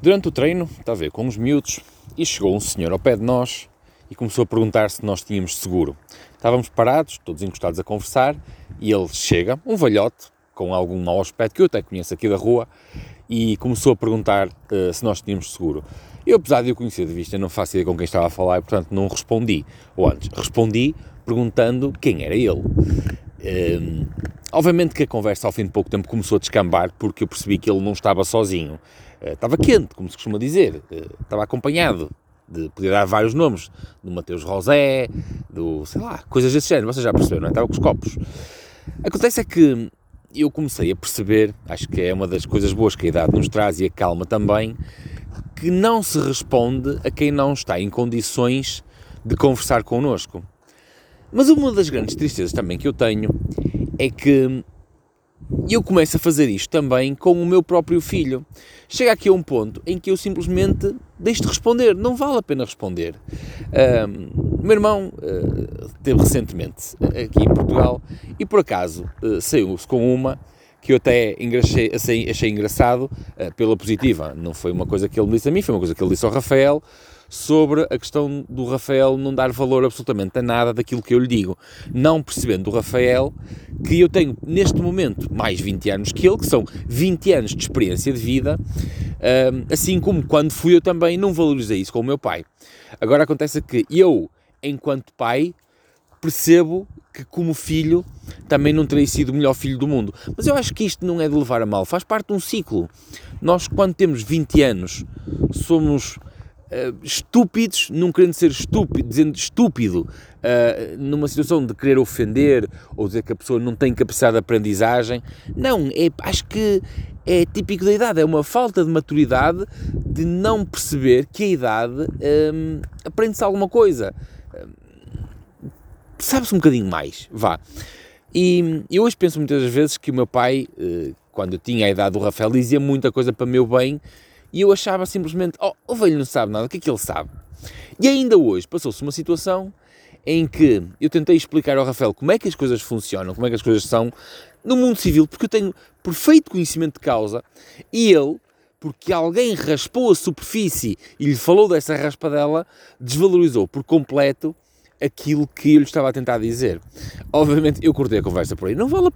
Durante o treino, estava a ver com uns miúdos e chegou um senhor ao pé de nós e começou a perguntar se nós tínhamos seguro. Estávamos parados, todos encostados a conversar, e ele chega, um velhote, com algum mau aspecto que eu até conheço aqui da rua, e começou a perguntar se nós tínhamos seguro. Eu, apesar de eu conhecer de vista, não faço ideia com quem estava a falar e, portanto, não respondi. Ou antes, respondi perguntando quem era ele. Obviamente que a conversa, ao fim de pouco tempo, começou a descambar, porque eu percebi que ele não estava sozinho. Estava quente, como se costuma dizer, estava acompanhado, podia dar vários nomes, do Mateus Rosé, sei lá, coisas desse género, vocês já perceberam, não é? Estava com os copos. Acontece é que eu comecei a perceber, acho que é uma das coisas boas que a idade nos traz e a calma também, que não se responde a quem não está em condições de conversar connosco. Mas uma das grandes tristezas também que eu tenho é que eu começo a fazer isto também com o meu próprio filho. Chega aqui a um ponto em que eu simplesmente deixo de responder, não vale a pena responder. O meu irmão esteve recentemente aqui em Portugal e por acaso saiu-se com uma que eu até achei engraçado pela positiva. Não foi uma coisa que ele disse a mim, foi uma coisa que ele disse ao Rafael, sobre a questão do Rafael não dar valor absolutamente a nada daquilo que eu lhe digo, não percebendo do Rafael que eu tenho neste momento mais 20 anos que ele, que são 20 anos de experiência de vida, assim como quando fui eu também não valorizei isso com o meu pai. Agora acontece que eu, enquanto pai, percebo que como filho também não terei sido o melhor filho do mundo, mas eu acho que isto não é de levar a mal, faz parte de um ciclo. Nós, quando temos 20 anos, somos estúpidos, não querendo ser estúpido, dizendo estúpido, numa situação de querer ofender ou dizer que a pessoa não tem capacidade de aprendizagem. Não, acho que é típico da idade, é uma falta de maturidade de não perceber que a idade aprende-se alguma coisa. Sabe-se um bocadinho mais, vá. E eu hoje penso muitas vezes que o meu pai, quando eu tinha a idade do Rafael, dizia muita coisa para meu bem, e eu achava simplesmente, o velho não sabe nada, o que é que ele sabe? E ainda hoje passou-se uma situação em que eu tentei explicar ao Rafael como é que as coisas funcionam, como é que as coisas são no mundo civil, porque eu tenho perfeito conhecimento de causa, e ele, porque alguém raspou a superfície e lhe falou dessa raspadela, desvalorizou por completo aquilo que eu lhe estava a tentar dizer. Obviamente eu cortei a conversa por aí. Não vale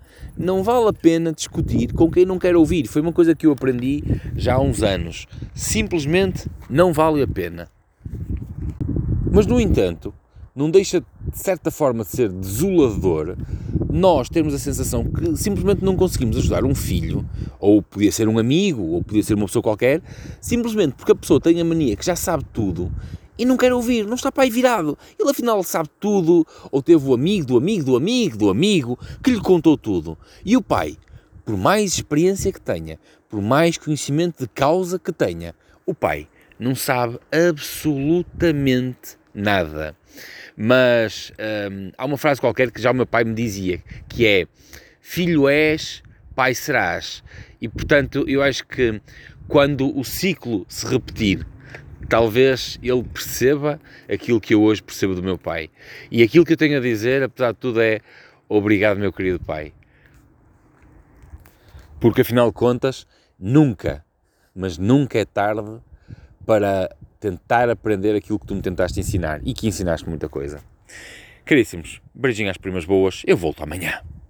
a pena discutir com quem não quer ouvir. Foi uma coisa que eu aprendi já há uns anos. Simplesmente não vale a pena. Mas, no entanto, não deixa de certa forma de ser desolador nós termos a sensação que simplesmente não conseguimos ajudar um filho, ou podia ser um amigo, ou podia ser uma pessoa qualquer, simplesmente porque a pessoa tem a mania que já sabe tudo e não quer ouvir, não está para aí virado. Ele afinal sabe tudo, ou teve o amigo do amigo do amigo do amigo que lhe contou tudo. E o pai, por mais experiência que tenha, por mais conhecimento de causa que tenha, o pai não sabe absolutamente nada. Mas há uma frase qualquer que já o meu pai me dizia, que é: filho és, pai serás. E portanto eu acho que quando o ciclo se repetir, talvez ele perceba aquilo que eu hoje percebo do meu pai. E aquilo que eu tenho a dizer, apesar de tudo, é: obrigado, meu querido pai. Porque, afinal de contas, nunca, mas nunca é tarde para tentar aprender aquilo que tu me tentaste ensinar e que ensinaste muita coisa. Caríssimos, beijinho às primas boas, eu volto amanhã.